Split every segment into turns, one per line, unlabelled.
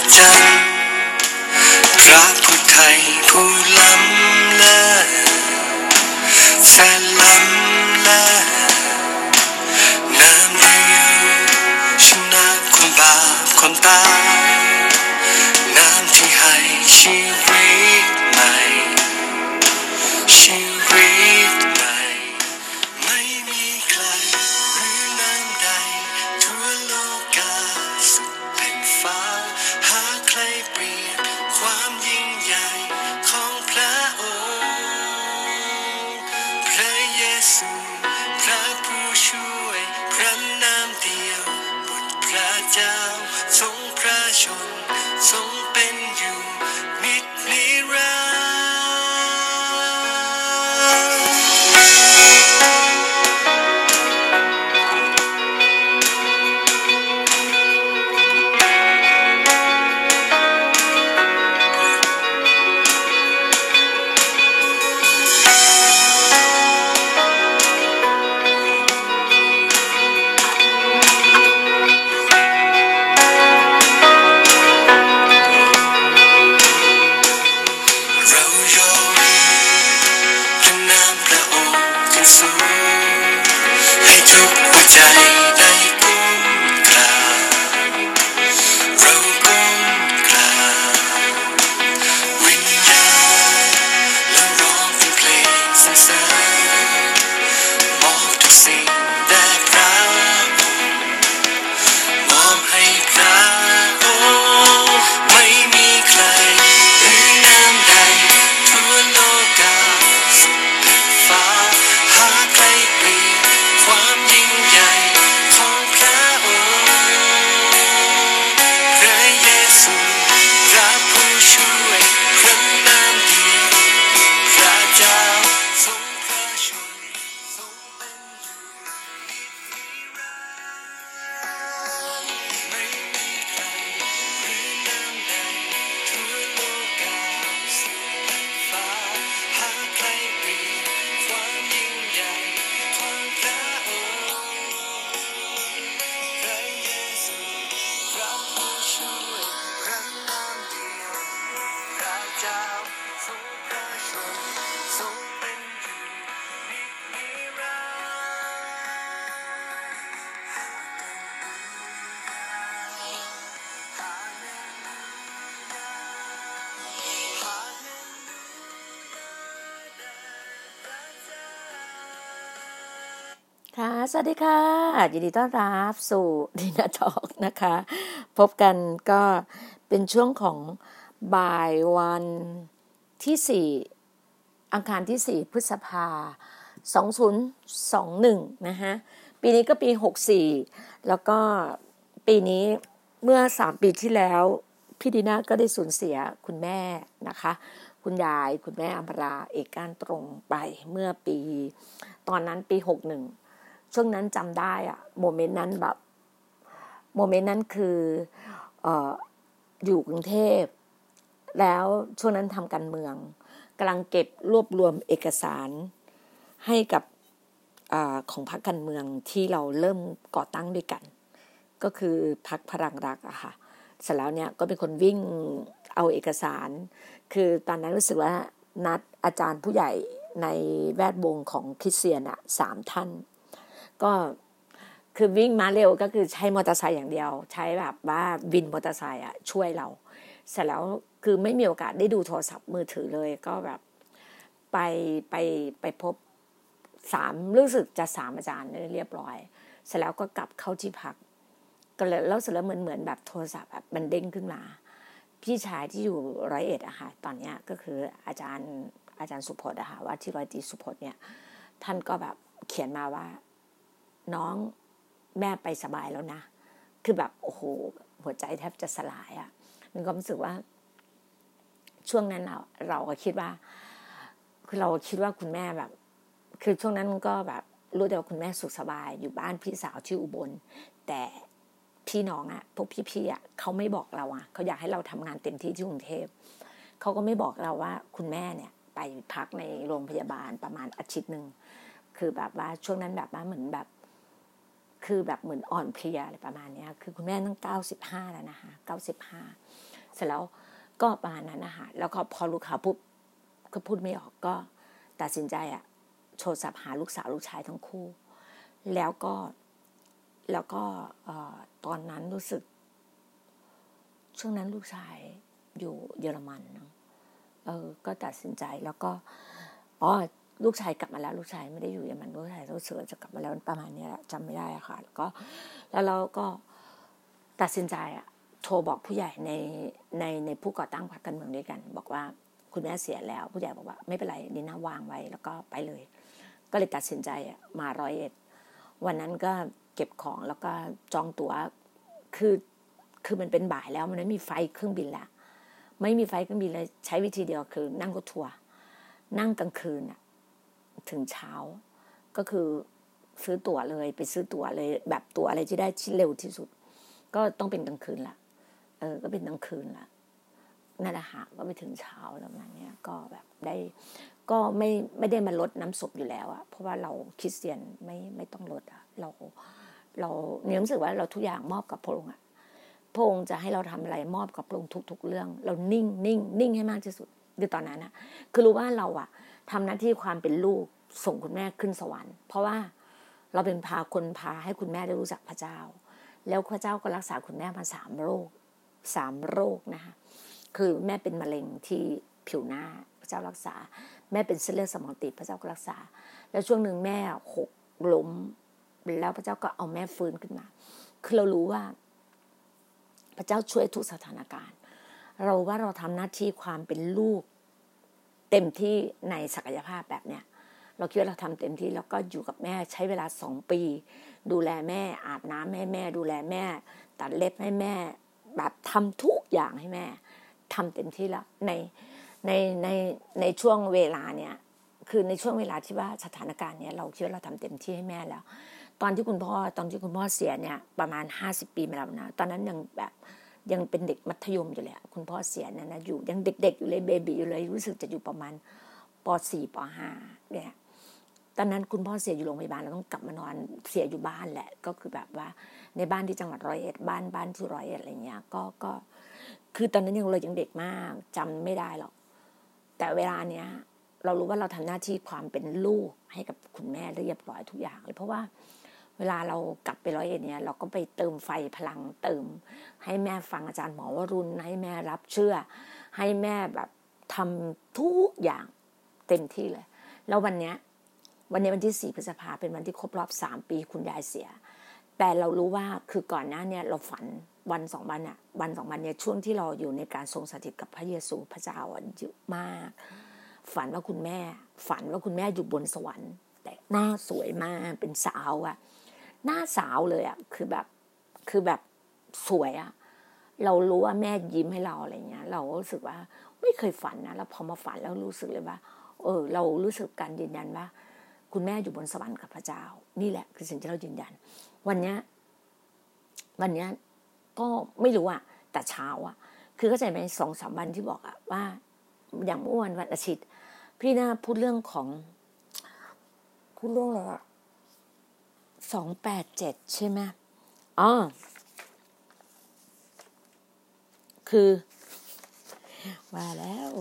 จันทร์พระผู้ไทยผู้ล้ำเลิศแสนล้ำเลิศน้ำเดียวชนะความบาปความตายน้ำที่ให้ชีวิตใหม่ชีวิตใหม่ไม่มีใครหรือน้ำใดทั่วโลกาสุดแผ่นฟ้าหาใครเปรียบความยิ่งใหญ่ของพระองค์พระเยซูพระผู้ช่วยพระนามเดียวบุตรพระเจ้าทรงพระชนทรงเป็นอยู่นิจนิรันดร์ให้ทุกหัวใจได้ก้มกราบเราก้มกราบวิญญาณแล้วร้องเป็นเพลงสรรเสริญมอบทุกสิ่งแด่พระองค์มอบให้พระองค์ไม่มีใครหรือน้ำใดทั่วโลกาสุดแผ่นฟ้าหาใครเปรียบความยิ่งใหญ่ของพระองค์พระเยซูพระผู้ช่วยพระนามเดียวพระเจ้าทรงพระชนทรงเป็นอยู่นิจนิรันดร์ไม่มีใครหรือน้ำใดทั่วโลกาสุดแผ่นฟ้าหาใครเปรียบความยิ่งใหญ่ของพระองค์พระเยซูพระผู้ช่วยพระนามเดียวพระเจ้าทรงพระชนทรงเป็นอยู่นิจนิรันดร์
ค่ะสวัสดีค่ะยินดีต้อนรับสู่ดีน่าทอล์กนะคะ พบกันก็เป็นช่วงของบ่ายวันที่4อังคารที่4พฤษภา2021นะคะปีนี้ก็ปี64แล้วก็ปีนี้เมื่อ3ปีที่แล้วพี่ดีน่าก็ได้สูญเสียคุณแม่นะคะคุณยายคุณแม่อมราเอกการตรงไปเมื่อปีตอนนั้นปี61ช่วงนั้นจำได้อะโมเมนต์นั้นคืออยู่กรุงเทพแล้วช่วงนั้นทำการเมืองกำลังเก็บรวบรวมเอกสารให้กับของพรรคการเมืองที่เราเริ่มก่อตั้งด้วยกันก็คือพรรคพลังรักอะค่ะเสร็จแล้วเนี่ยก็เป็นคนวิ่งเอาเอกสารคือตอนนั้นรู้สึกว่านัดอาจารย์ผู้ใหญ่ในแวดวงของคริสเตียนอะ3ท่านก็คือวิ่งมาเร็วก็คือใช้มอเตอร์ไซค์อย่างเดียวใช้แบบว่าวินมอเตอร์ไซค์อ่ะช่วยเราเสร็จแล้วคือไม่มีโอกาสได้ดูโทรศัพท์มือถือเลยก็แบบไปพบรู้สึกจะ3อาจารย์เรียบร้อยเสร็จแล้วก็กลับเข้าที่พักก็เลยแล้วเสร็จแล้วเหมือนแบบโทรศัพท์แบบมันเด้งขึ้นมาพี่ชายที่อยู่101อะค่ะตอนนี้ก็คืออาจารย์สุพจน์อะค่ะว่าที่ร้อยตรีสุพจน์เนี่ยท่านก็แบบเขียนมาว่าน้องแม่ไปสบายแล้วนะคือแบบโอ้โหหัวใจแทบจะสลายอ่ะมีความรู้สึกว่าช่วงนั้นเราก็คิดว่าคือเราคิดว่าคุณแม่แบบคือช่วงนั้นก็แบบรู้แต่ว่าคุณแม่สุขสบายอยู่บ้านพี่สาวที่อุบลแต่พี่น้องอ่ะพวกพี่ๆอ่ะเขาไม่บอกเราอ่ะเขาอยากให้เราทำงานเต็มที่ที่กรุงเทพเขาก็ไม่บอกเราว่าคุณแม่เนี่ยไปพักในโรงพยาบาลประมาณอาทิตย์นึงคือแบบว่าช่วงนั้นแบบว่าเหมือนแบบคือแบบเหมือนอ่อนเพลียอะไรประมาณนี้คือคุณแม่ตั้ง95แล้วนะคะ95 เสร็จแล้วก็ประมาณนั้นนะคะแล้วก็พอลูกค้าปุ๊บก็พูดไม่ออกก็ตัดสินใจโทรศัพท์หาลูกสาวลูกชายทั้งคู่แล้วก็ตอนนั้นรู้สึกช่วงนั้นลูกชายอยู่เยอรมันนะก็ตัดสินใจแล้วก็ลูกชายกลับมาแล้วลูกชายไม่ได้อยู่เยอรมันลูกชายรู้สึกจะกลับมาแล้วประมาณนี้แหละจำไม่ได้ค่ะแล้วเราก็ตัดสินใจโทรบอกผู้ใหญ่ในผู้ก่อตั้งพรรคการเมืองด้วยกันบอกว่าคุณแม่เสียแล้วผู้ใหญ่บอกว่าไม่เป็นไรนี่นะวางไว้แล้วก็ไปเลยก็เลยตัดสินใจมา101วันนั้นก็เก็บของแล้วก็จองตั๋วคือมันเป็นบ่ายแล้วมันไม่มีไฟเครื่องบินละไม่มีไฟเครื่องบินเลยใช้วิธีเดียวคือนั่งรถทัวร์นั่งกลางคืนถึงเช้าก็คือซื้อตั๋วเลยไปซื้อตั๋วเลยแบบตั๋วอะไรที่ได้ที่เร็วที่สุดก็ต้องเป็นกลางคืนละก็เป็นกลางคืนละนั่นแหละค่ะก็ไปถึงเช้าแล้วนั่นเนี่ยก็แบบได้ก็ไม่ได้มาลดน้ำศพอยู่แล้วเพราะว่าเราคริสเตียนไม่ต้องลดเราเนี่ยรู้สึกว่าเราทุกอย่างมอบกับพระองค์พระองค์จะให้เราทำอะไรมอบกับพระองค์ทุกๆเรื่องเรานิ่งให้มากที่สุดคือตอนนั้นคือรู้ว่าเราทำหน้าที่ความเป็นลูกส่งคุณแม่ขึ้นสวรรค์เพราะว่าเราเป็นพาให้คุณแม่ได้รู้จักพระเจ้าแล้วพระเจ้าก็รักษาคุณแม่มา3 โรคนะคะคือแม่เป็นมะเร็งที่ผิวหน้าพระเจ้ารักษาแม่เป็นเส้นเลือดสมองตีบพระเจ้าก็รักษาแล้วช่วงหนึ่งแม่หกล้มแล้วพระเจ้าก็เอาแม่ฟื้นขึ้นมาคือเรารู้ว่าพระเจ้าช่วยทุกสถานการณ์เราว่าเราทำหน้าที่ความเป็นลูกเต็มที่ในศักยภาพแบบเนี้ยเราคิดว่าเราทำเต็มที่แล้วก็อยู่กับแม่ใช้เวลา2 ปีดูแลแม่อาบน้ำให้แม่ดูแลแม่ตัดเล็บให้แม่แบบทำทุกอย่างให้แม่ทำเต็มที่แล้วในช่วงเวลาเนี้ยคือในช่วงเวลาที่ว่าสถานการณ์เนี้ยเราคิดว่าเราทำเต็มที่ให้แม่แล้วตอนที่คุณพ่อเสียเนี่ยประมาณ50 ปีมาแล้วนะตอนนั้นยังเป็นเด็กมัธยมอยู่เลยคุณพ่อเสียเนี่ยนะอยู่ยังเด็กๆอยู่เลยเบบีอยู่เลยรู้สึกจะอยู่ประมาณป.4 ป.5 เนี่ยตอนนั้นคุณพ่อเสียอยู่โรงพยาบาลเราต้องกลับมานอนเสียอยู่บ้านแหละก็คือแบบว่าในบ้านที่จังหวัด101บ้านที่101อะไรเงี้ยก็คือตอนนั้นเรายังเด็กมากจำไม่ได้หรอกแต่เวลาเนี้ยเรารู้ว่าเราทำหน้าที่ความเป็นลูกให้กับคุณแม่เรียบร้อยทุกอย่างเลยเพราะว่าเวลาเรากลับไป101เนี่ยเราก็ไปเติมไฟพลังเติมให้แม่ฟังอาจารย์หมอวรุณให้แม่รับเชื่อให้แม่แบบทำทุกอย่างเต็มที่เลยแล้ววันนี้วันที่4 พฤษภาคมเป็นวันที่ครบรอบ3 ปีคุณยายเสียแต่เรารู้ว่าคือก่อนหน้าเนี่ยเราฝันวัน2 วันเนี่ยช่วงที่เราอยู่ในการทรงสถิตกับพระเยซูพระเจ้าเยอะมากฝันว่าคุณแม่อยู่บนสวรรค์แต่หน้าสวยมากเป็นสาวหน้าสาวเลยคือแบบสวยเรารู้ว่าแม่ยิ้มให้เราอะไรเงี้ยเรารู้สึกว่าไม่เคยฝันนะแล้วพอมาฝันแล้วรู้สึกเลยว่าเรารู้สึกการยืนยันว่าคุณแม่อยู่บนสวรรค์กับพระเจ้านี่แหละคือสิ่งที่เรายืนยันวันเนี้ยก็ไม่รู้แต่เช้าคือเข้าใจไหม2-3 วันที่บอกว่าอย่างเมื่อวันอาทิตย์พี่น่าพูดเรื่องอะไร287ใช่ไหมคือว่าแล้ว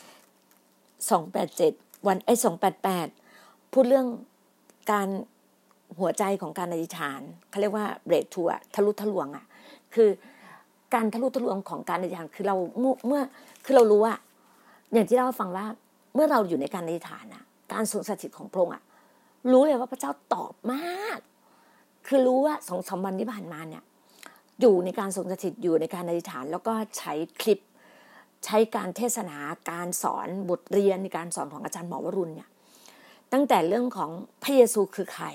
287วัน288พูดเรื่องการหัวใจของการอธิษฐานเขาเรียกว่าเบรกทัวร์ทะลุทะลวงคือการทะลุทะลวงของการอธิษฐานคือเราเมื่อคือเรารู้อย่างที่เราฟังว่าเมื่อเราอยู่ในการอธิษฐานการทรงสถิตของพระองค์รู้เลยว่าพระเจ้าตอบมากคือรู้ว่า2-3 วันที่ผ่านมาเนี่ยอยู่ในการทรงสถิตอยู่ในการอธิษฐานแล้วก็ใช้คลิปใช้การเทศนาการสอนบทเรียนในการสอนของอาจารย์หมอวรุณเนี่ยตั้งแต่เรื่องของพระเยซูคือใคร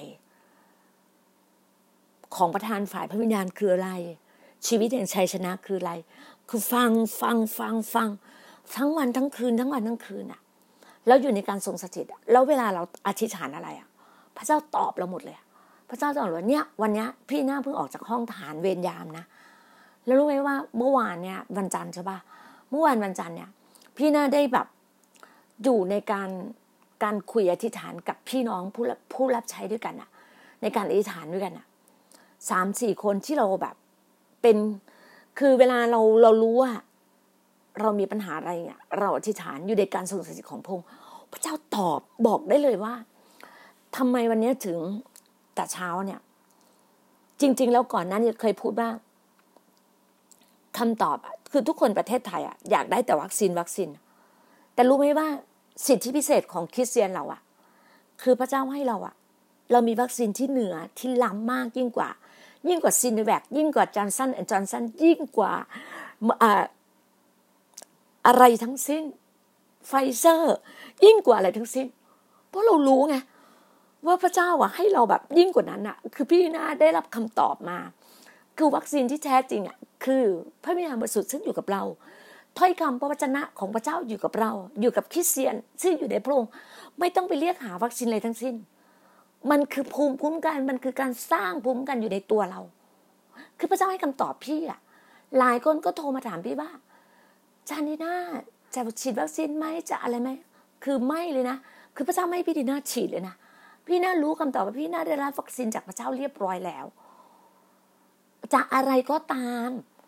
ของประธานฝ่ายพระวิญญาณคืออะไรชีวิตแห่งชัยชนะคืออะไรคือฟังทั้งวันทั้งคืนแล้วอยู่ในการทรงสถิตแล้วเวลาเราอธิษฐานอะไรพระเจ้าตอบเราหมดเลยพระเจ้าจะบอกว่าเนี่ยวันนี้พี่น่าเพิ่งออกจากห้องทหารเวรยามนะแล้วรู้ไหมว่าเมื่อวานเนี่ยวันจันทร์ใช่ป่ะเมื่อวานวันจันทร์เนี่ยพี่น่าได้แบบอยู่ในการคุยอธิษฐานกับพี่น้องผู้รับใช้ด้วยกันในการอธิษฐานด้วยกัน3-4 คนที่เราแบบเป็นคือเวลาเรารู้เรามีปัญหาอะไรเนี่ยเราอธิษฐานอยู่ในการทรงสถิตของพระองค์พระเจ้าตอบบอกได้เลยว่าทำไมวันนี้ถึงแต่เช้าเนี่ยจริงๆแล้วก่อนนั้นเคยพูดว่าคำตอบคือทุกคนประเทศไทยอยากได้แต่วัคซีนแต่รู้ไหมว่าสิทธิพิเศษของคริสเตียนเราคือพระเจ้าให้เรามีวัคซีนที่เหนือที่ล้ำมากยิ่งกว่าซิโนแวคยิ่งกว่าจอห์นสัน& จอห์นสันยิ่งกว่าอะไรทั้งสิ้นไฟเซอร์ยิ่งกว่าอะไรทั้งสิ้นเพราะเรารู้ไงว่าพระเจ้าให้เราแบบยิ่งกว่านั้นคือพี่นาได้รับคำตอบมาคือวัคซีนที่แท้จริงคือพระวิญญาณบริสุทธิ์ซึ่งอยู่กับเราถ้อยคำพระวจนะของพระเจ้าอยู่กับเราอยู่กับคริสเตียนซึ่งอยู่ในพระองค์ไม่ต้องไปเรียกหาวัคซีนอะไรทั้งสิ้นมันคือภูมิคุ้มกันมันคือการสร้างภูมิคุ้มกันอยู่ในตัวเราคือพระเจ้าให้คำตอบพี่หลายคนก็โทรมาถามพี่ว่าจานีน่าจะฉีดวัคซีนไหมจะอะไรไหมคือไม่เลยนะคือพระเจ้าไม่ให้พี่ดีน่าฉีดเลยนะพี่น่ารู้คำตอบว่าพี่น่าได้รับวัคซีนจากพระเจ้าเรียบร้อยแล้วจะอะไรก็ตาม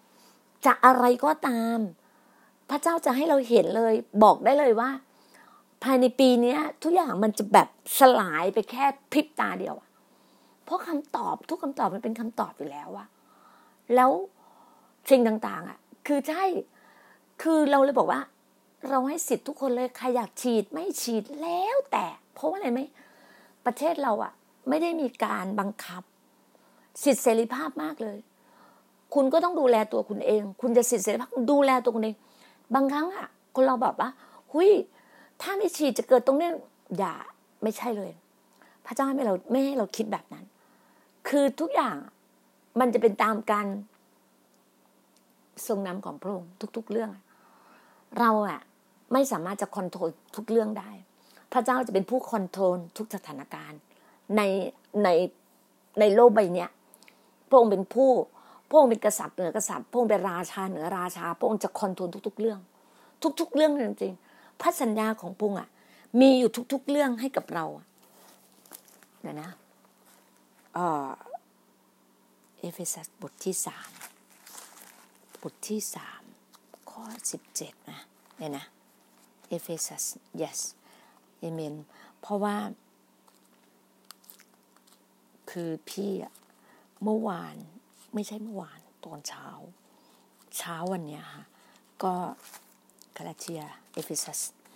พระเจ้าจะให้เราเห็นเลยบอกได้เลยว่าภายในปีนี้ทุกอย่างมันจะแบบสลายไปแค่พริบตาเดียวเพราะคำตอบทุกคำตอบมันเป็นคำตอบอยู่แล้วแล้วสิ่งต่างๆคือใช่คือเราเลยบอกว่าเราให้สิทธิ์ทุกคนเลยใครอยากฉีดไม่ฉีดแล้วแต่เพราะว่าอะไรไหมประเทศเราไม่ได้มีการบังคับสิทธิเสรีภาพมากเลยคุณก็ต้องดูแลตัวคุณเองคุณจะสิทธิเสรีภาพดูแลตัวคุณเองบางครั้งคนเราแบบว่าถ้าไม่ฉีดจะเกิดตรงนี้อย่าไม่ใช่เลยพระเจ้าไม่ให้เราคิดแบบนั้นคือทุกอย่างมันจะเป็นตามการทรงนำของพระองค์ทุกๆเรื่องเราไม่สามารถจะคอนโทรลทุกเรื่องได้พระเจ้าจะเป็นผู้คอนโทรลทุกสถานการณ์ในโลกใบนี้พระองค์เป็นพระองค์เป็นกษัตริย์เหนือกษัตริย์พระองค์เป็นราชาเหนือราชาพระองค์จะคอนโทรลทุกๆเรื่องทุกๆเรื่องจริงๆพระสัญญาของพระองค์มีอยู่ทุกๆเรื่องให้กับเรานะเอเฟซัสบทที่3ข้อ17นะเนี่ยนะเอเฟซัส yes amen เพราะว่าคือพี่เมื่อวานไม่ใช่เมื่อวานตอนเช้าวันเนี้ยก็กาลาเทียเอเฟซัส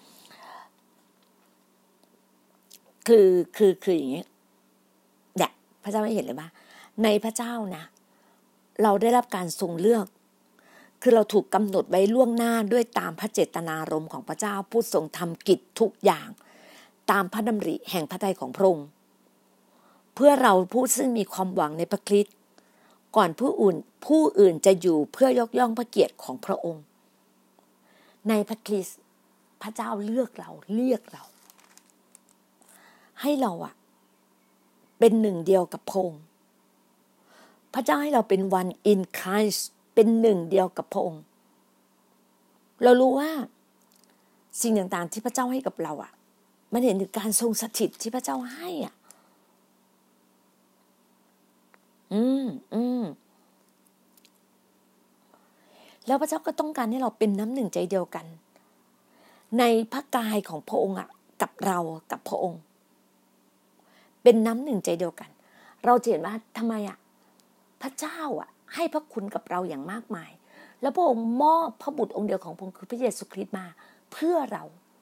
คืออย่างนี้เนี่ยพระเจ้าให้เห็นเลยว่าในพระเจ้านะเราได้รับการทรงเลือกคือเราถูกกำหนดไว้ล่วงหน้าด้วยตามพระเจตนารมณ์ของพระเจ้าผู้ทรงทำกิจทุกอย่างตามพระดำริแห่งพระทัยของพระองค์เพื่อเราผู้ซึ่งมีความหวังในพระคริสต์ก่อนผู้อื่นจะอยู่เพื่อยกย่องพระเกียรติของพระองค์ในพระคริสต์พระเจ้าเลือกเราให้เราเป็นหนึ่งเดียวกับพระองค์พระเจ้าให้เราเป็น one in Christ เป็นหนึ่งเดียวกับพระองค์เรารู้ว่าสิ่งต่างๆที่พระเจ้าให้กับเรามันเห็นถึงการทรงสถิตที่พระเจ้าให้แล้วพระเจ้าก็ต้องการให้เราเป็นน้ำหนึ่งใจเดียวกันในพระกายของพระองค์กับเรากับพระองค์เป็นน้ำหนึ่งใจเดียวกันเราเห็นว่าทำไมพระเจ้าให้พระคุณกับเราอย่างมากมายแล้วพระองค์มอบพระบุตรองค์เดียวของพระองค์คือพระเยซูคริสต์มาเพื่อเรา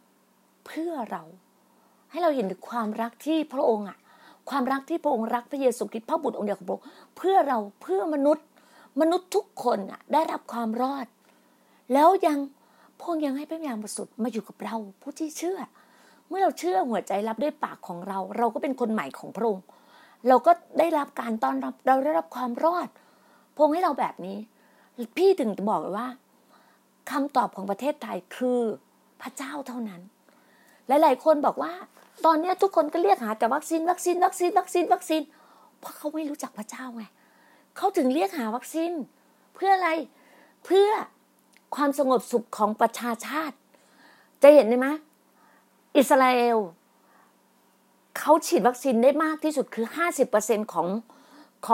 ให้เราเห็นถึงความรักที่พระองค์ความรักที่พระองค์รักพระเยซูคริสต์พระบุตรองค์เดียวของพระองค์เพื่อเราเพื่อมนุษย์ทุกคนได้รับความรอดแล้วยังพระองค์ยังให้พระวิญญาณบริสุทธิ์มาอยู่กับเราผู้ที่เชื่อเมื่อเราเชื่อหัวใจรับด้วยปากของเราก็เป็นคนใหม่ของพระองค์เราก็ได้รับการต้อนรับเราได้รับความรอดพระองค์ให้เราแบบนี้พี่ถึงจะบอกเลยว่าคำตอบของประเทศไทยคือพระเจ้าเท่านั้นหลายๆคนบอกว่าตอนนี้ทุกคนก็เรียกหาแต่วัคซีนเพราะเขาไม่รู้จักพระเจ้าไงเขาถึงเรียกหาวัคซีนเพื่ออะไรเพื่อความสงบสุขของประชาชาติจะเห็นไหมอิสราเอลเขาฉีดวัคซีนได้มากที่สุดคือ 50%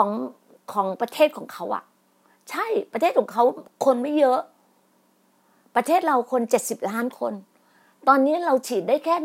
ของประเทศของเขาใช่ประเทศของเขาคนไม่เยอะประเทศเราคน70ล้านคนตอนนี้เราฉีดได้แค่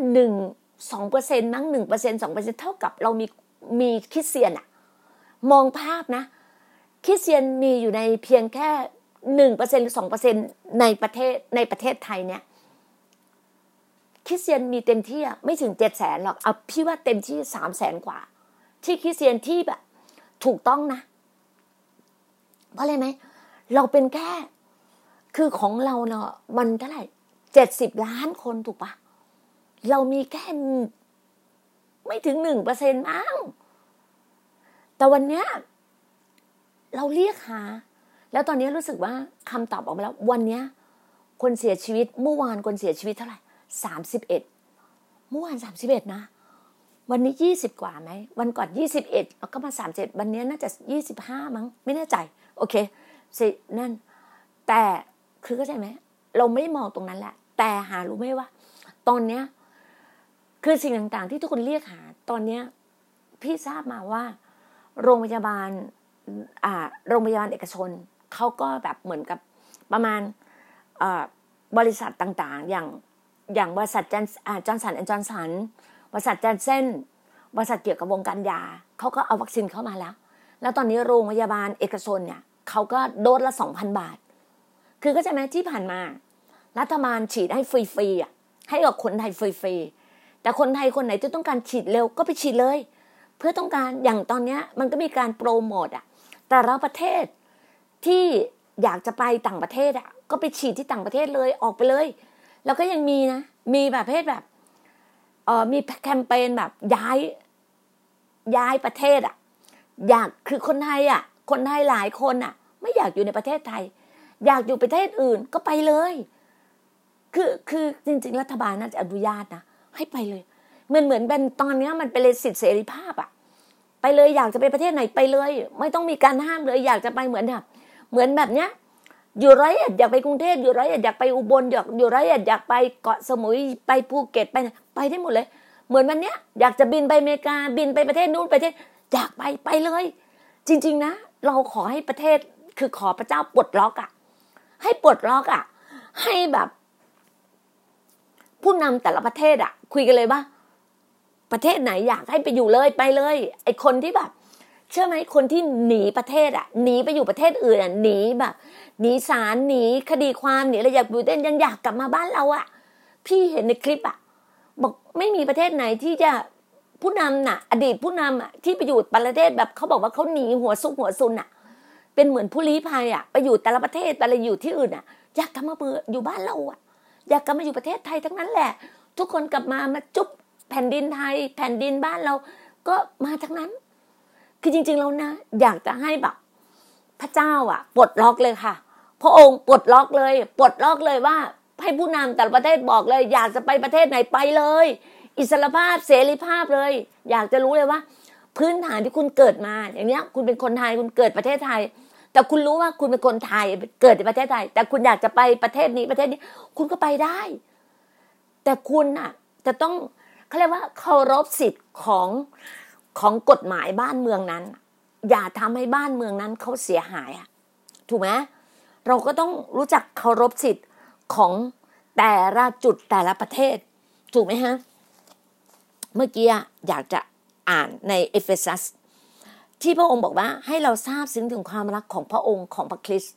1-2%มั้ง 1% 2% เท่ากับเรามีคริสเตียนอะมองภาพนะคริสเตียนมีอยู่ในเพียงแค่ 1% หรือ 2% ในประเทศไทยเนี่ยคริสเตียนมีเต็มที่ไม่ถึง 700,000 หรอกเอาพี่ว่าเต็มที่ 300,000 กว่าที่คริสเตียนที่แบบถูกต้องนะเพราะอะไรไหมเราเป็นแค่คือของเราเนาะมันเท่าไหร่70ล้านคนถูกปะเรามีแค่ไม่ถึง 1% มั้งแต่วันเนี้ยเราเรียกหาแล้วตอนนี้รู้สึกว่าคำตอบออกมาแล้ววันเนี้ยคนเสียชีวิตเมื่อวานคนเสียชีวิตเท่าไหร่31เมื่อวาน31นะวันนี้20กว่าไหมวันก่อน21แล้วก็มา37วันนี้น่าจะ25มั้งไม่แน่ใจโอเคสินั่นแต่คือเข้าใจไหมเราไม่ได้มองตรงนั้นแหละแต่หารู้ไหมว่าตอนเนี้ยคือสิ่งต่างๆที่ทุกคนเรียกหาตอนเนี้ยพี่ทราบมาว่าโรงพยาบาลเอกชนเขาก็แบบเหมือนกับประมาณบริษัทต่างๆอย่างบริษัทจอห์นสันแอนด์จอห์นสันบริษัทแจนเซ่นบริษัทเกี่ยวกับวงการยาเขาก็เอาวัคซีนเข้ามาแล้วตอนนี้โรงพยาบาลเอกชนเนี่ยเขาก็โดสละ 2,000 บาทคือก็จะแม้ที่ผ่านมารัฐบาลฉีดให้ฟรีๆให้กับคนไทยฟรีๆแต่คนไทยคนไหนที่ต้องการฉีดเร็วก็ไปฉีดเลยเพื่อต้องการอย่างตอนนี้มันก็มีการโปรโมทแต่ละประเทศที่อยากจะไปต่างประเทศก็ไปฉีดที่ต่างประเทศเลยออกไปเลยแล้วก็ยังมีนะมีประเภทแบบมีแคมเปญแบบย้ายประเทศอยากคือคนไทยหลายคนไม่อยากอยู่ในประเทศไทยอยากอยู่ประเทศอื่นก็ไปเลยคือจริงๆรัฐบาลน่าจะอนุญาตนะให้ไปเลยเหมือนเป็นตอนนี้มันเป็นสิทธิเสรีภาพไปเลยอยากจะไปประเทศไหนไปเลยไม่ต้องมีการห้ามเลยอยากจะไปเหมือนแบบเนี้ยอยู่ร้อยเอ็ดอยากไปกรุงเทพอยู่ร้อยเอ็ดอยากไปอุบลอยู่ร้อยเอ็ดอยากไปเกาะสมุยไปภูเก็ตไปได้หมดเลยเหมือนวันเนี้ยอยากจะบินไปอเมริกาบินไปประเทศนู้นประเทศอยากไปเลยจริงๆนะเราขอให้ประเทศคือขอพระเจ้าปลดล็อกให้ปลดล็อกให้แบบผู้นำแต่ละประเทศคุยกันเลยว่าประเทศไหนอยากให้ไปอยู่เลยไปเลยไอ้คนที่แบบเชื่อไหมคนที่หนีประเทศหนีไปอยู่ประเทศอื่นหนีแบบหนีศาลหนีคดีความหนีอะไรอยากอยู่เต้นยังอยากกลับมาบ้านเราพี่เห็นในคลิปบอกไม่มีประเทศไหนที่จะผู้นำอดีตผู้นำที่ไปอยู่ประเทศแบบเขาบอกว่าเขาหนีหัวซุกหัวซุนเป็นเหมือนผู้ลี้ภัยไปอยู่แต่ละประเทศแต่ละอยู่ที่อื่นอยากกลับมาอยู่บ้านเราอยากกลับมาอยู่ประเทศไทยทั้งนั้นแหละทุกคนกลับมาจุ๊บแผ่นดินไทยแผ่นดินบ้านเราก็มาทั้งนั้นคือจริงๆแล้วนะอยากจะให้แบบพระเจ้าปลดล็อกเลยค่ะพระองค์ปลดล็อกเลยว่าให้ผู้นำแต่ละประเทศบอกเลยอยากจะไปประเทศไหนไปเลยอิสรภาพเสรีภาพเลยอยากจะรู้เลยว่าพื้นฐานที่คุณเกิดมาอย่างเนี้ยคุณเป็นคนไทยคุณเกิดประเทศไทยแต่คุณรู้ว่าคุณเป็นคนไทยเกิดในประเทศไทยแต่คุณอยากจะไปประเทศนี้คุณก็ไปได้แต่คุณจะต้องเขาเรียกว่าเคารพสิทธิ์ของกฎหมายบ้านเมืองนั้นอย่าทำให้บ้านเมืองนั้นเขาเสียหายถูกไหมเราก็ต้องรู้จักเคารพสิทธิ์ของแต่ละจุดแต่ละประเทศถูกไหมฮะเมื่อกี้อยากจะอ่านในเอเฟซัสที่พระองค์บอกว่าให้เราทราบซึ้งถึงความรักของพระองค์ของพระคริสต์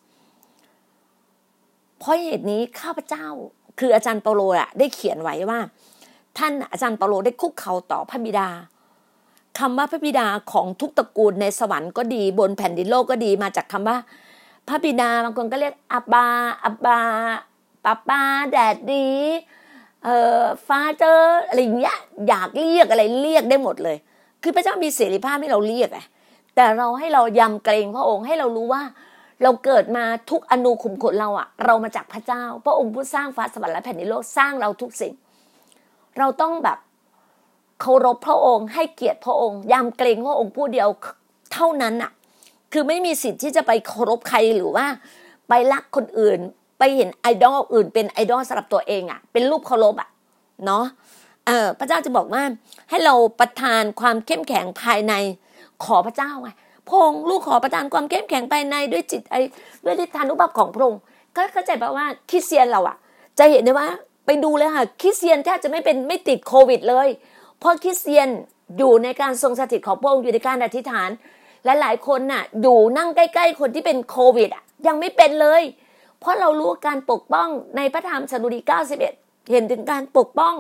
เพราะเหตุนี้ข้าพเจ้าคืออาจารย์เปาโลได้เขียนไว้ว่าท่านอาจารย์เปาโลได้คุกเข่าต่อพระบิดาคำว่าพระบิดาของทุกตระกูลในสวรรค์ก็ดีบนแผ่นดินโลกก็ดีมาจากคำว่าพระบิดาบางคนก็เรียกอับบาป้าแดดดีฟาเธอร์อะไรอย่างเงี้ยอยากเรียกอะไรเรียกได้หมดเลยคือพระเจ้ามีเสรีภาพให้เราเรียกแต่เราให้เรายำเกรงพระองค์ให้เรารู้ว่าเราเกิดมาทุกอนูขุมขนเรามาจากพระเจ้าพระองค์ผู้สร้างฟ้าสวรรค์และแผ่นดินโลกสร้างเราทุกสิ่งเราต้องแบบเคารพพระองค์ให้เกียรติพระองค์ยำเกรงพระองค์ผู้เดียวเท่านั้นคือไม่มีสิทธิ์ที่จะไปเคารพใครหรือว่าไปรักคนอื่นไปเห็นไอดอลอื่นเป็นไอดอลสำหรับตัวเองเป็นรูปเคารพเนาะพระเจ้าจะบอกว่าให้เราประทานความเข้มแข็งภายในขอพระเจ้าไงพระองค์ลูกขอประทานความเข้มแข็งภายในด้วยจิตด้วยฤทธานุภาพของพระองค์ก็เข้าใจป่ะว่าคริสเตียนเราจะเห็นได้ว่าไปดูเลยค่ะคริสเตียนแทบจะไม่ติดโควิดเลยเพราะคริสเตียนอยู่ในการทรงสถิตของพระองค์อยู่ในการอธิษฐานและหลายคนน่ะอยู่นั่งใกล้ๆคนที่เป็นโควิดยังไม่เป็นเลยเพราะเรารู้การปกป้องในพระธรรมสดุดี91เห็นถึงการปกป้อง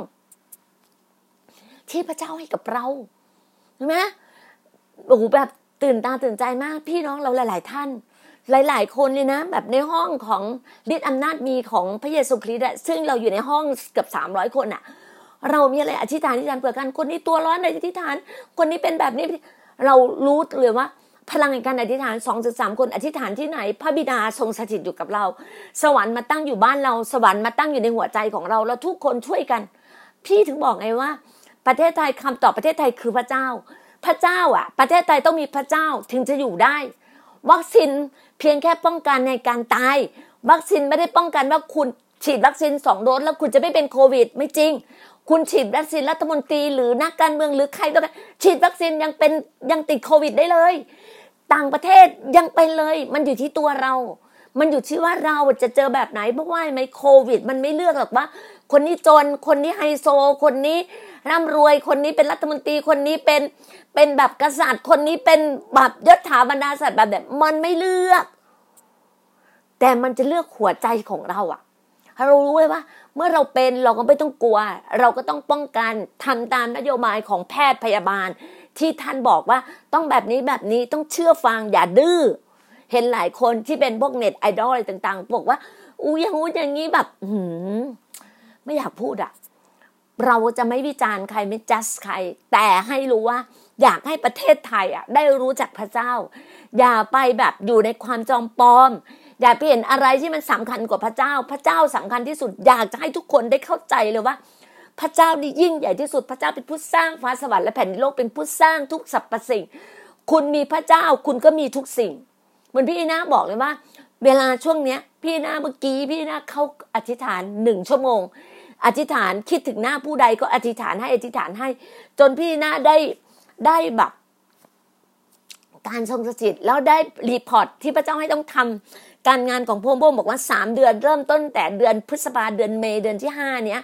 ที่พระเจ้าให้กับเราใช่ไหมโอ้โหแบบตื่นตาตื่นใจมากพี่น้องเราหลายๆท่านหลายๆคนเลยนะแบบในห้องของฤทธิ์อำนาจมีของพระเยซูคริสต์ซึ่งเราอยู่ในห้องเกือบ300คนเรามีอะไรอธิษฐานเผื่อกันคนนี้ตัวร้อนอธิษฐานคนนี้เป็นแบบนี้เรารู้เลยว่าพลังในการอธิษฐาน 2-3 คนอธิษฐานที่ไหนพระบิดาทรงสถิตอยู่กับเราสวรรค์มาตั้งอยู่บ้านเราสวรรค์มาตั้งอยู่ในหัวใจของเราแล้วทุกคนช่วยกันพี่ถึงบอกไงว่าประเทศไทยคำตอบประเทศไทยคือพระเจ้าประเทศไทยต้องมีพระเจ้าถึงจะอยู่ได้วัคซีนเพียงแค่ป้องกันในการตายวัคซีนไม่ได้ป้องกันว่าคุณฉีดวัคซีน2โดสแล้วคุณจะไม่เป็นโควิดไม่จริงคุณฉีดวัคซีนรัฐมนตรีหรือนักการเมืองหรือใครก็ได้ฉีดวัคซีนยังติดโควิดได้เลยต่างประเทศยังเป็นเลยมันอยู่ที่ตัวเรามันอยู่ที่ว่าเราจะเจอแบบไหนเพราะว่าไม่โควิดมันไม่เลือกหรอกว่าคนนี้จนคนนี้ไฮโซคนนี้ร่ำรวยคนนี้เป็นรัฐมนตรีคนนี้เป็นแบบกษัตริย์คนนี้เป็นแบบยศถาบรรดาศักดิ์แบบมันไม่เลือกแต่มันจะเลือกหัวใจของเราเรารู้เลยว่าเมื่อเราเป็นเราก็ไม่ต้องกลัวเราก็ต้องป้องกันทำตามนโยบายของแพทย์พยาบาลที่ท่านบอกว่าต้องแบบนี้ต้องเชื่อฟังอย่าดื้อเห็นหลายคนที่เป็นพวกเน็ตไอดอลอะไรต่างๆบอกว่าอย่างนี้แบบไม่อยากพูดเราจะไม่วิจารณ์ใครไม่จัดใครแต่ให้รู้ว่าอยากให้ประเทศไทยได้รู้จักพระเจ้าอย่าไปแบบอยู่ในความจอมปลอมอย่าไปเห็นอะไรที่มันสำคัญกว่าพระเจ้าสำคัญที่สุดอยากจะให้ทุกคนได้เข้าใจเลยว่าพระเจ้านี่ยิ่งใหญ่ที่สุดพระเจ้าเป็นผู้สร้างฟ้าสวรรค์และแผ่นดินโลกเป็นผู้สร้างทุกสรรพสิ่งคุณมีพระเจ้าคุณก็มีทุกสิ่งเหมือนพี่นาบอกเลยว่าเวลาช่วงเนี้ยพี่นาเมื่อกี้พี่นาเข้าอธิษฐาน1 ชั่วโมงอธิษฐานคิดถึงหน้าผู้ใดก็อธิษฐานให้จนพี่นาได้แบบการทรงสถิตแล้วได้รีพอร์ตที่พระเจ้าให้ต้องทำการงานของพระองค์บอกว่า3เดือนเริ่มต้นแต่เดือนพฤษภาเดือนเมษเดือนที่5เนี้ย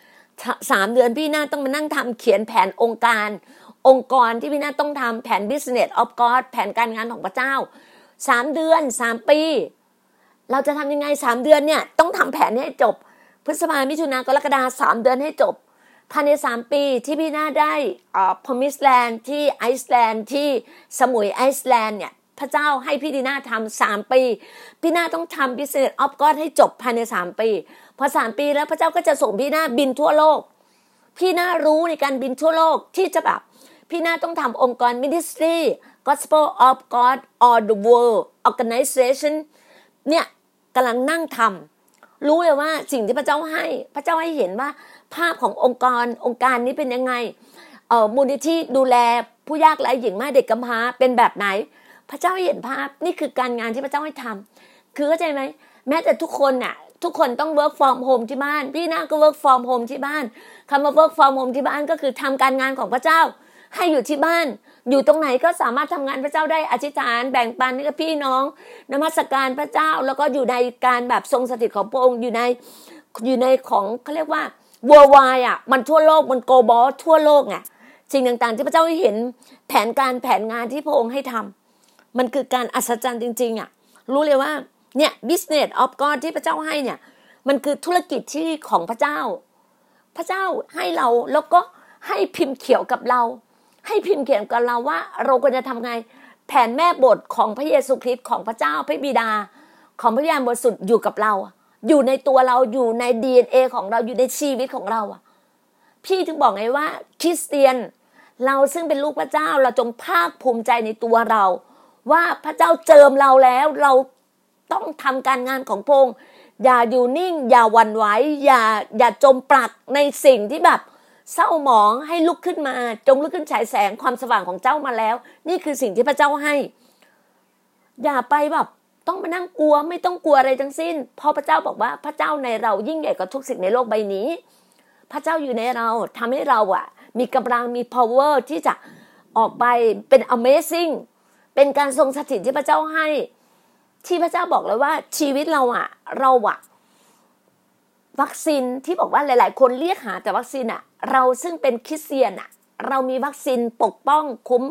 3เดือนพี่นาต้องมานั่งทำเขียนแผนองค์กรที่พี่นาต้องทำแผน Business of God แผนการงานของพระเจ้า3เดือน3ปีเราจะทำยังไง3เดือนเนี่ยต้องทำแผนให้จบพฤษภามิถุนากรกฎา3เดือนให้จบภายใน3ปีที่พี่นาได้Promised Land ที่ไอซ์แลนด์ที่สมุยไอซ์แลนด์เนี่ยพระเจ้าให้พี่ดีนาทำ3ปีพี่นาต้องทำ Business of God ให้จบภายใน3ปีพอ3ปีแล้วพระเจ้าก็จะส่งพี่นาบินทั่วโลกพี่นารู้ในการบินทั่วโลกที่จะแบบพี่นาต้องทำองค์กร Ministry Gospel of God all the world organization เนี่ยกำลังนั่งทำรู้เลยว่าสิ่งที่พระเจ้าให้เห็นว่าภาพขององค์การนี้เป็นยังไงมูลนิธิดูแลผู้ยากไร้หญิงม่ายเด็กกำพร้าเป็นแบบไหนพระเจ้าให้เห็นภาพนี่คือการงานที่พระเจ้าให้ทำคือเข้าใจไหมแม้แต่ทุกคนต้อง work from home ที่บ้านพี่นาก็ work from home ที่บ้านคำว่า work from home ที่บ้านก็คือทำการงานของพระเจ้าให้อยู่ที่บ้านอยู่ตรงไหนก็สามารถทำงานพระเจ้าได้อธิษฐานแบ่งปันให้กับพี่น้องนมัสการพระเจ้าแล้วก็อยู่ในการแบบทรงสถิตของพระองค์อยู่ในของเขาเรียกว่า worldwide มันทั่วโลกมัน global ทั่วโลกไงสิ่งต่างๆที่พระเจ้าให้เห็นแผนงานที่พระองค์ให้ทำมันคือการอัศจรรย์จริงๆรู้เลยว่าเนี่ย business of God ที่พระเจ้าให้เนี่ยมันคือธุรกิจที่ของพระเจ้าให้เราแล้วก็ให้พิมพ์เขียวกับเราว่าเราควรจะทำไงแผนแม่บทของพระเยซูคริสต์ของพระเจ้าพระบิดาของพระวิญญาณบริสุทธิ์อยู่กับเราอยู่ในตัวเราอยู่ใน DNA ของเราอยู่ในชีวิตของเราพี่ถึงบอกไงว่าคริสเตียนเราซึ่งเป็นลูกพระเจ้าเราจงภาคภูมิใจในตัวเราว่าพระเจ้าเจิมเราแล้วเราต้องทำการงานของพระองค์อย่าอยู่นิ่งอย่าหวั่นไหวอย่าจมปลักในสิ่งที่แบบเศร้าหมองให้ลุกขึ้นมาจงลุกขึ้นฉายแสงความสว่างของเจ้ามาแล้วนี่คือสิ่งที่พระเจ้าให้อย่าไปแบบต้องมานั่งกลัวไม่ต้องกลัวอะไรทั้งสิ้นเพราะพระเจ้าบอกว่าพระเจ้าในเรายิ่งใหญ่กว่าทุกสิ่งในโลกใบนี้พระเจ้าอยู่ในเราทำให้เรามีกำลังมี power ที่จะออกไปเป็น amazing เป็นการทรงสถิตที่พระเจ้าให้ที่พระเจ้าบอกเลยว่าชีวิตเราวัคซีนที่บอกว่าหลายๆคนเรียกหาแต่วัคซีนเราซึ่งเป็นคริสเตียนเรามีวัคซีนปกป้อง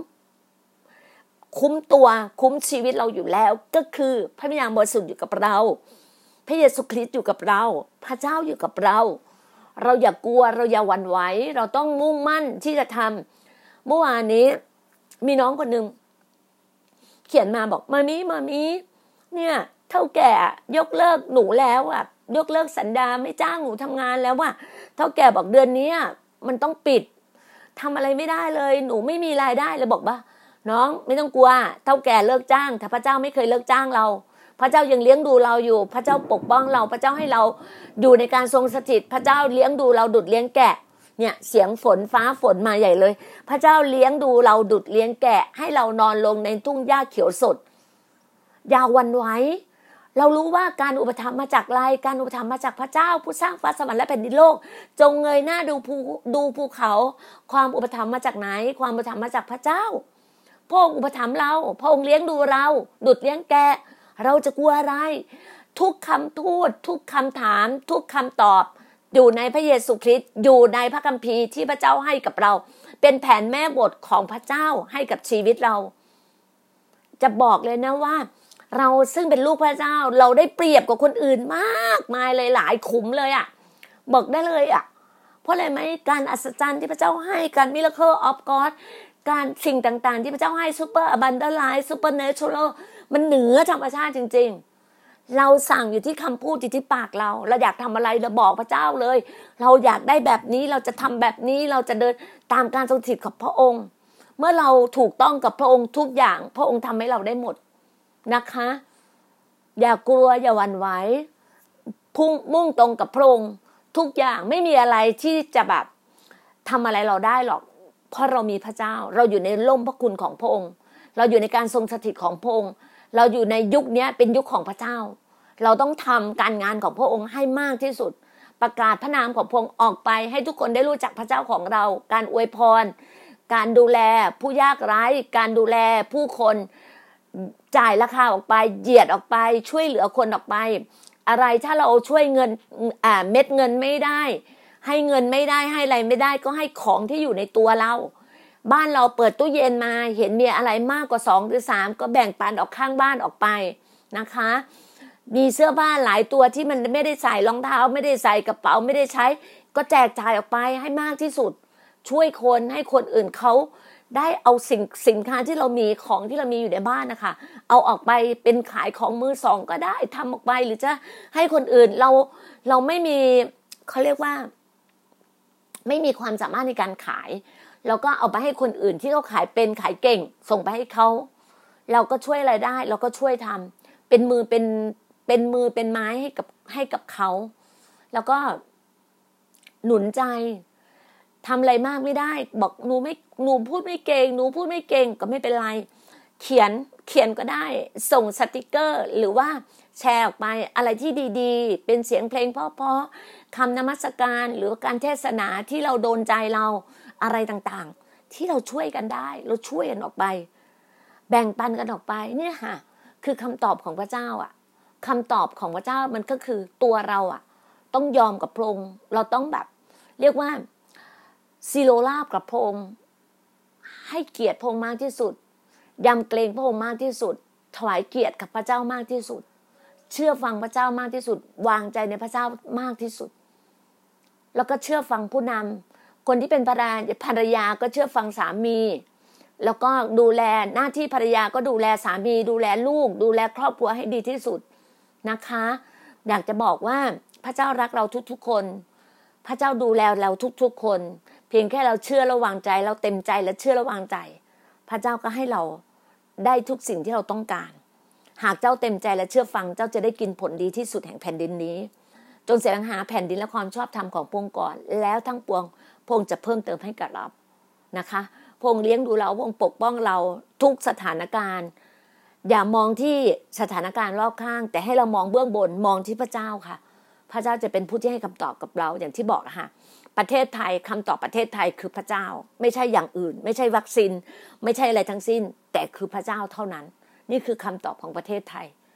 คุ้มตัวคุ้มชีวิตเราอยู่แล้วก็คือพระวิญญาณบริสุทธิ์อยู่กับเราพระเยซูคริสต์อยู่กับเราพระเจ้าอยู่กับเราอย่ากลัวเราอย่าหวั่นไหวเราต้องมุ่งมั่นที่จะทำเมื่อวานนี้มีน้องคนนึงเขียนมาบอกมามีเนี่ยเท่าแก่ยกเลิกหนูแล้วยกเลิกสัญญาไม่จ้างหนูทำงานแล้วเท่าแก่บอกเดือนนี้มันต้องปิดทำอะไรไม่ได้เลยหนูไม่มีรายได้เลยบอกว่าน้องไม่ต้องกลัวเท่าแก่เลิกจ้างแต่พระเจ้าไม่เคยเลิกจ้างเราพระเจ้ายังเลี้ยงดูเราอยู่พระเจ้าปกป้องเราพระเจ้าให้เราอยู่ในการทรงสถิตพระเจ้าเลี้ยงดูเราดุจเลี้ยงแกะเนี่ยเสียงฝนฟ้าฝนมาใหญ่เลยพระเจ้าเลี้ยงดูเราดุจเลี้ยงแกะให้เรานอนลงในทุ่งหญ้าเขียวสดอย่าหวั่นไหวเรารู้ว่าการอุปถัมภ์มาจากอะไรการอุปถัมภ์มาจากพระเจ้าผู้สร้างฟ้าสวรรค์และแผ่นดินโลกจงเงยหน้าดูภูเขาความอุปถัมภ์มาจากไหนความอุปถัมภ์มาจากพระเจ้าพระองค์อุปถัมภ์เราพระองค์เลี้ยงดูเราดุจเลี้ยงแกะเราจะกลัวอะไรทุกคำพูดทุกคำถามทุกคำตอบอยู่ในพระเยซูคริสต์อยู่ในพระคัมภีร์ที่พระเจ้าให้กับเราเป็นแผนแม่บทของพระเจ้าให้กับชีวิตเราจะบอกเลยนะว่าเราซึ่งเป็นลูกพระเจ้าเราได้เปรียบกว่าคนอื่นมากมายเลยหลายขุมเลยบอกได้เลยเพราะอะไรไหมการอัศจรรย์ที่พระเจ้าให้การ Miracle of God การสิ่งต่างๆที่พระเจ้าให้ Super Abundant Life Supernatural มันเหนือธรรมชาติจริงๆเราสั่งอยู่ที่คำพูดอยู่ที่ปากเราอยากทำอะไรเราบอกพระเจ้าเลยเราอยากได้แบบนี้เราจะทำแบบนี้เราจะเดินตามการทรงสถิตของพระองค์เมื่อเราถูกต้องกับพระองค์ทุกอย่างพระองค์ทำให้เราได้หมดนะคะอย่ากลัวอย่าหวั่นไหวมุ่งตรงกับพระองค์ทุกอย่างไม่มีอะไรที่จะแบบทำอะไรเราได้หรอกเพราะเรามีพระเจ้าเราอยู่ในร่มพระคุณของพระองค์เราอยู่ในการทรงสถิตของพระองค์เราอยู่ในยุคนี้เป็นยุคของพระเจ้าเราต้องทำการงานของพระองค์ให้มากที่สุดประกาศพระนามของพระองค์ออกไปให้ทุกคนได้รู้จักพระเจ้าของเราการอวยพรการดูแลผู้ยากไร้การดูแลผู้คนจ่ายราคาออกไปเหยียดออกไปช่วยเหลือคนออกไปอะไรถ้าเราช่วยเงินเม็ดเงินไม่ได้ให้เงินไม่ได้ให้อะไรไม่ได้ก็ให้ของที่อยู่ในตัวเราบ้านเราเปิดตู้เย็นมาเห็นมีอะไรมากกว่า2หรือ3ก็แบ่งปันออกข้างบ้านออกไปนะคะมีเสื้อผ้าหลายตัวที่มันไม่ได้ใส่รองเท้าไม่ได้ใส่กระเป๋าไม่ได้ใช้ก็แจกจ่ายออกไปให้มากที่สุดช่วยคนให้คนอื่นเขาได้เอาสินค้าที่เรามีของที่เรามีอยู่ในบ้านนะคะเอาออกไปเป็นขายของมือสองก็ได้ทำออกไปหรือจะให้คนอื่นเราไม่มีเขาเรียกว่าไม่มีความสามารถในการขายเราก็เอาไปให้คนอื่นที่เขาขายเป็นขายเก่งส่งไปให้เขาเราก็ช่วยอะไรได้เราก็ช่วยทำเป็นมือเป็นไม้ให้กับเขาแล้วก็หนุนใจทำอะไรมากไม่ได้บอกหนูพูดไม่เก่งหนูพูดไม่เก่งก็ไม่เป็นไรเขียนก็ได้ส่งสติกเกอร์หรือว่าแชร์ออกไปอะไรที่ดีๆเป็นเสียงเพลงเพราะๆคำนมัสการหรือการเทศนาที่เราโดนใจเราอะไรต่างๆที่เราช่วยกันได้เราช่วยกันออกไปแบ่งปันกันออกไปเนี่ยค่ะคือคำตอบของพระเจ้าคำตอบของพระเจ้ามันก็คือตัวเราต้องยอมกับพระองค์เราต้องแบบเรียกว่าซีโรราบกับพระองค์ให้เกียรติพระองค์มากที่สุดยำเกรงพระองค์มากที่สุดถวายเกียรติกับพระเจ้ามากที่สุดเชื่อฟังพระเจ้ามากที่สุดวางใจในพระเจ้ามากที่สุดแล้วก็เชื่อฟังผู้นำคนที่เป็นภรรยาก็เชื่อฟังสามีแล้วก็ดูแลหน้าที่ภรรยาก็ดูแลสามีดูแลลูกดูแลครอบครัวให้ดีที่สุดนะคะอยากจะบอกว่าพระเจ้ารักเราทุกๆคนพระเจ้าดูแลเราทุกๆคนเพียงแค่เราเชื่อและวางใจเราเต็มใจและเชื่อและวางใจพระเจ้าก็ให้เราได้ทุกสิ่งที่เราต้องการหากเจ้าเต็มใจและเชื่อฟังเจ้าจะได้กินผลดีที่สุดแห่งแผ่นดินนี้จงแสวงหาแผ่นดินและความชอบธรรมของพระองค์ก่อนแล้วทั้งปวงพระองค์จะเพิ่มเติมให้กับเรานะคะพระองค์เลี้ยงดูเราพระองค์ปกป้องเราทุกสถานการณ์อย่ามองที่สถานการณ์รอบข้างแต่ให้เรามองเบื้องบนมองที่พระเจ้าค่ะพระเจ้าจะเป็นผู้ที่ให้คำตอบกับเราอย่างที่บอกค่ะประเทศไทยคำตอบประเทศไทยคือพระเจ้าไม่ใช่อย่างอื่นไม่ใช่วัคซีนไม่ใช่อะไรทั้งสิ้นแต่คือพระเจ้าเท่านั้นนี่คือคำตอบของประเทศไทย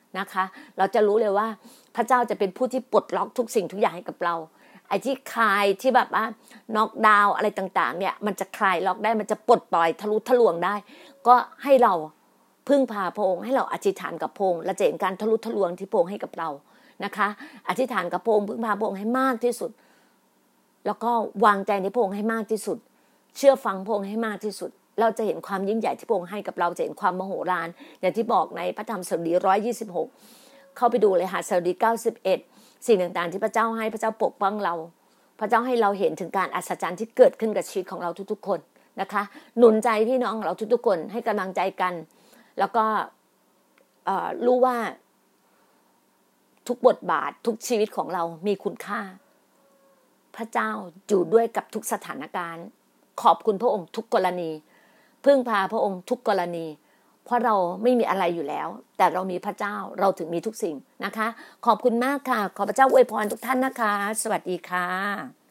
นะคะ เราจะรู้เลยว่าพระเจ้าจะเป็นผู้ที่ปลดล็อกทุกสิ่งทุกอย่างให้กับเราไอ้ที่คลายที่แบบว่าน็อกดาวน์อะไรต่างๆเนี่ยมันจะคลายล็อกได้มันจะปลดปล่อยทะลุทะลวงได้ก็ให้เราพึ่งพาพระองค์ให้เราอธิษฐานกับพระองค์และจะเห็นการทะลุทะลวงที่พระองค์ให้กับเรานะคะอธิษฐานกับพระองค์พึ่งพาพระองค์ให้มากที่สุดแล้วก็วางใจในพระองค์ให้มากที่สุดเชื่อฟังพระองค์ให้มากที่สุดเราจะเห็นความยิ่งใหญ่ที่พระองค์ให้กับเราจะเห็นความมโหฬารอย่างที่บอกในพระธรรมสดุดี126เข้าไปดูเลยค่ะสดุดี91สิ่งต่างๆที่พระเจ้าให้พระเจ้าปกป้องเราพระเจ้าให้เราเห็นถึงการอัศจรรย์ที่เกิดขึ้นกับชีวิตของเราทุกๆคนนะคะหนุนใจพี่น้องเราทุกๆคนให้กำลังใจกันแล้วก็รู้ว่าทุกบทบาททุกชีวิตของเรามีคุณค่าพระเจ้าอยู่ด้วยกับทุกสถานการณ์ขอบคุณพระองค์ทุกกรณีพึ่งพาพระองค์ทุกกรณีเพราะเราไม่มีอะไรอยู่แล้วแต่เรามีพระเจ้าเราถึงมีทุกสิ่งนะคะขอบคุณมากค่ะขอพระเจ้าอวยพรทุกท่านนะคะสวัสดีค่ะ